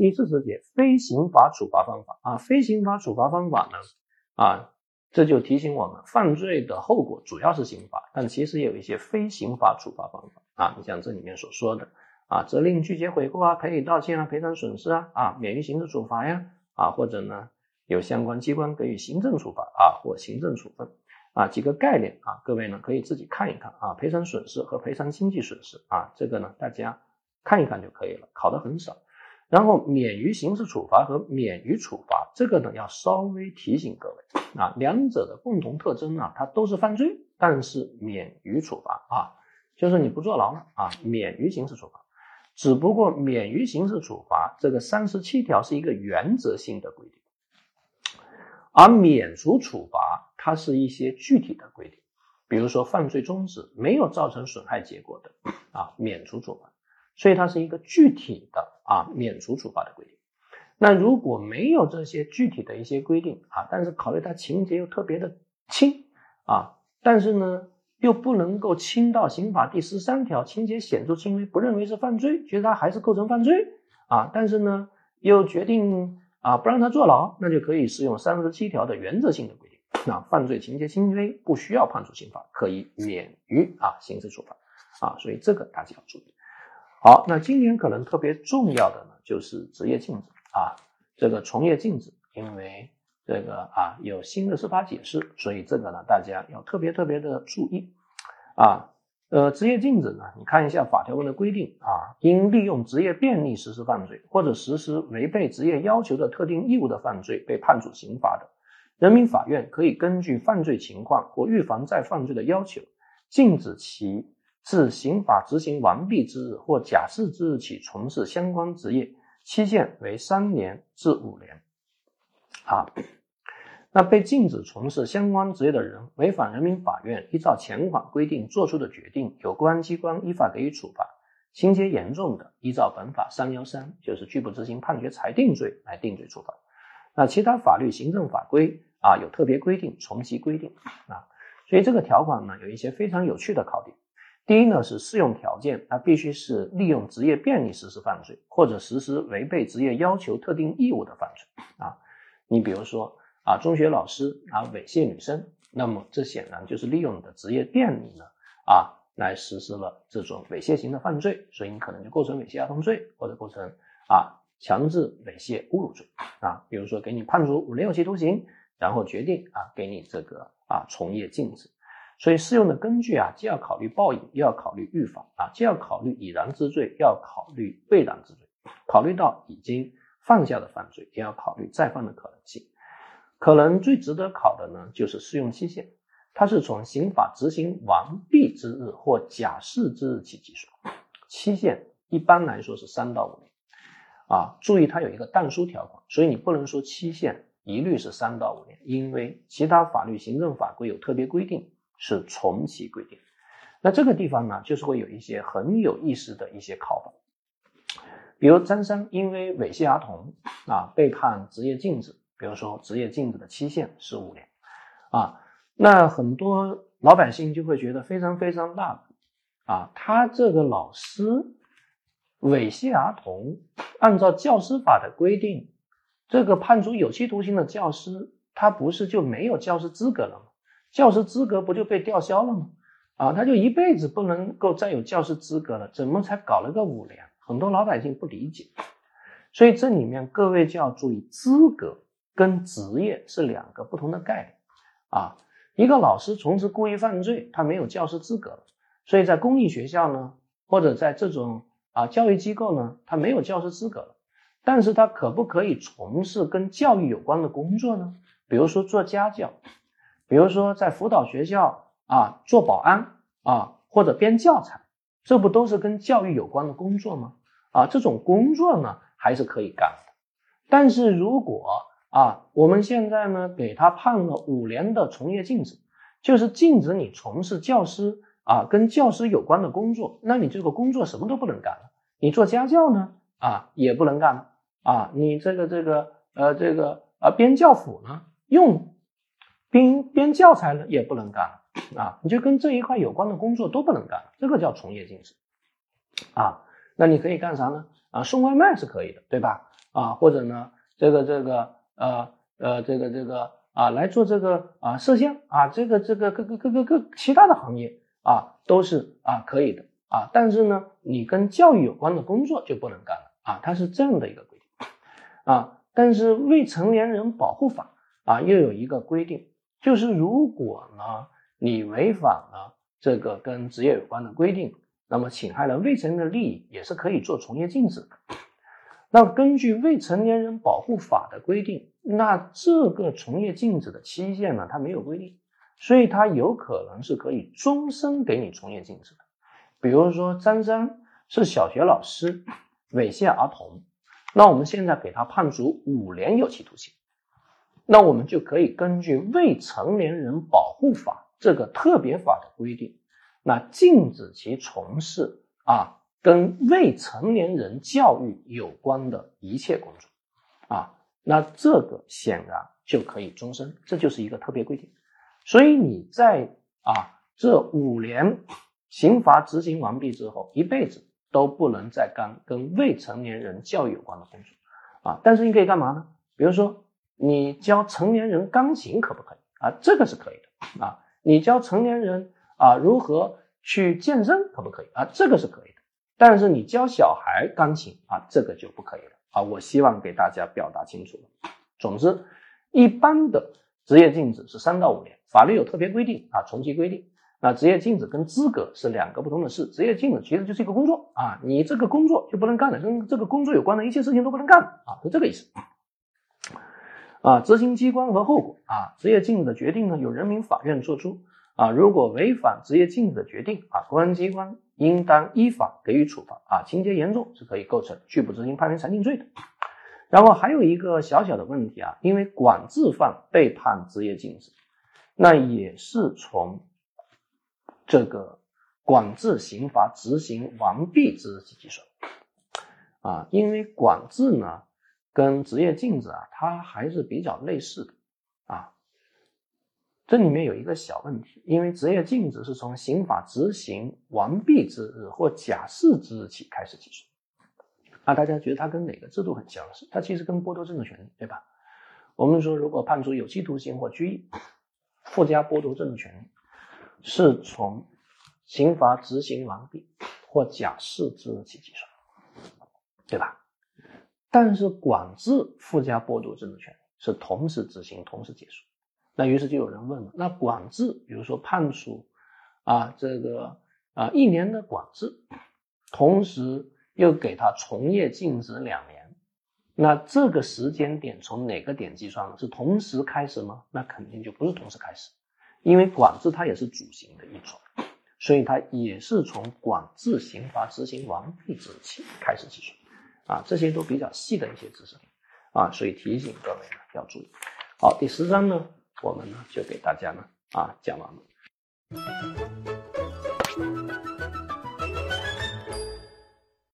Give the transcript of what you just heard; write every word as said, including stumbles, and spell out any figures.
第四十节非刑法处罚方法啊，非刑法处罚方法呢啊，这就提醒我们，犯罪的后果主要是刑罚，但其实也有一些非刑法处罚方法啊。你像这里面所说的啊，责令拒绝悔过啊，赔礼道歉啊，赔偿损失啊，啊，免于刑事处罚呀，啊，或者呢有相关机关给予行政处罚啊或行政处分啊，几个概念啊，各位呢可以自己看一看啊，赔偿损失和赔偿经济损失啊，这个呢大家看一看就可以了，考得很少。然后免于刑事处罚和免于处罚，这个呢要稍微提醒各位啊，两者的共同特征啊，它都是犯罪，但是免于处罚啊，就是你不坐牢了啊，免于刑事处罚。只不过免于刑事处罚这个三十七条是一个原则性的规定，而免除处罚它是一些具体的规定，比如说犯罪终止没有造成损害结果的啊，免除处罚，所以它是一个具体的啊免除处罚的规定。那如果没有这些具体的一些规定啊，但是考虑它情节又特别的轻啊，但是呢又不能够轻到刑法第十三条情节显著轻微不认为是犯罪，觉得它还是构成犯罪啊，但是呢又决定啊不让他坐牢，那就可以适用三十七条的原则性的规定啊，犯罪情节轻微不需要判处刑罚，可以免于啊刑事处罚啊，所以这个大家要注意。好，那今年可能特别重要的呢就是职业禁止啊，这个从业禁止，因为这个啊有新的司法解释，所以这个呢大家要特别特别的注意啊。呃，职业禁止呢，你看一下法条文的规定啊，因利用职业便利实施犯罪或者实施违背职业要求的特定义务的犯罪被判处刑罚的，人民法院可以根据犯罪情况或预防再犯罪的要求，禁止其自刑法执行完毕之日或假释之日起从事相关职业，期限为三年至五年。啊，那被禁止从事相关职业的人违反人民法院依照前款规定作出的决定，有关机关依法给予处罚，情节严重的，依照本法三一三，就是拒不执行判决裁定罪来定罪处罚。那其他法律行政法规啊有特别规定，从其规定啊，所以这个条款呢有一些非常有趣的考点。第一呢是适用条件，它必须是利用职业便利实施犯罪，或者实施违背职业要求特定义务的犯罪啊。你比如说啊，中学老师啊猥亵女生，那么这显然就是利用你的职业便利呢啊来实施了这种猥亵型的犯罪，所以你可能就构成猥亵儿童罪，或者构成啊强制猥亵侮辱罪啊。比如说给你判处五年有期徒刑，然后决定啊给你这个啊从业禁止。所以适用的根据啊，既要考虑报应，又要考虑预防啊，既要考虑已然之罪，又要考虑未然之罪，考虑到已经犯下的犯罪，也要考虑再犯的可能性。可能最值得考的呢，就是适用期限，它是从刑法执行完毕之日或假释之日起计算，期限一般来说是三到五年啊。注意它有一个但书条款，所以你不能说期限一律是三到五年，因为其他法律行政法规有特别规定。是从其规定，那这个地方呢，就是会有一些很有意思的一些考法，比如张三因为猥亵儿童啊被判职业禁止，比如说职业禁止的期限是五年啊，那很多老百姓就会觉得非常非常纳闷啊，他这个老师猥亵儿童，按照教师法的规定，这个判处有期徒刑的教师，他不是就没有教师资格了吗？教师资格不就被吊销了吗？啊，他就一辈子不能够再有教师资格了，怎么才搞了个五年？很多老百姓不理解，所以这里面各位就要注意，资格跟职业是两个不同的概念啊。一个老师从事故意犯罪，他没有教师资格了，所以在公立学校呢，或者在这种啊教育机构呢，他没有教师资格了，但是他可不可以从事跟教育有关的工作呢？比如说做家教。比如说在辅导学校啊做保安啊或者编教材，这不都是跟教育有关的工作吗？啊，这种工作呢还是可以干的。但是如果啊我们现在呢给他判了五年的从业禁止，就是禁止你从事教师啊跟教师有关的工作，那你这个工作什么都不能干了。你做家教呢啊也不能干了啊，你这个这个呃这个啊编教辅呢用编编教材呢也不能干了啊，你就跟这一块有关的工作都不能干了，这个叫从业禁止啊。那你可以干啥呢？啊，送外卖是可以的，对吧？ 啊，或者呢这个这个呃呃这个这个啊来做这个啊摄像啊这个这个各个各个各其他的行业啊都是啊可以的啊，但是呢你跟教育有关的工作就不能干了啊，它是这样的一个规定啊。但是未成年人保护法啊又有一个规定，就是如果呢你违反了这个跟职业有关的规定，那么侵害了未成年人的利益，也是可以做从业禁止的。那根据未成年人保护法的规定，那这个从业禁止的期限呢它没有规定，所以它有可能是可以终身给你从业禁止的。比如说张三是小学老师，猥亵儿童，那我们现在给他判处五年有期徒刑，那我们就可以根据未成年人保护法这个特别法的规定，那禁止其从事啊跟未成年人教育有关的一切工作啊，那这个显然就可以终身，这就是一个特别规定。所以你在啊这五年刑罚执行完毕之后，一辈子都不能再干跟未成年人教育有关的工作啊。但是你可以干嘛呢？比如说你教成年人钢琴可不可以啊？这个是可以的啊。你教成年人啊如何去健身可不可以啊？这个是可以的。但是你教小孩钢琴啊，这个就不可以了啊。我希望给大家表达清楚了。总之，一般的职业禁止是三到五年，法律有特别规定啊，从其规定。那职业禁止跟资格是两个不同的事，职业禁止其实就是一个工作啊，你这个工作就不能干了，跟这个工作有关的一切事情都不能干啊，是这个意思。啊，执行机关和后果啊，职业禁止的决定呢由人民法院作出啊，如果违反职业禁止的决定啊，公安机关应当依法给予处罚啊，情节严重是可以构成拒不执行判决裁定罪的。然后还有一个小小的问题啊，因为管制犯被判职业禁止，那也是从这个管制刑罚执行完毕之日起计算啊，因为管制呢跟职业禁止啊，它还是比较类似的啊。这里面有一个小问题，因为职业禁止是从刑法执行完毕之日或假释之日起开始计算啊，大家觉得它跟哪个制度很相似？它其实跟剥夺政治权利，对吧？我们说如果判处有期徒刑或拘役，附加剥夺政治权利是从刑罚执行完毕或假释之日起计算，对吧？但是管制附加剥夺政治权利是同时执行同时结束。那于是就有人问了，那管制比如说判处啊这个啊一年的管制，同时又给他从业禁止两年，那这个时间点从哪个点计算呢？是同时开始吗？那肯定就不是同时开始，因为管制它也是主刑的一种，所以它也是从管制刑罚执行完毕之日起开始计算啊，这些都比较细的一些知识啊，所以提醒各位呢要注意。好，第十章呢我们呢就给大家呢啊讲完了。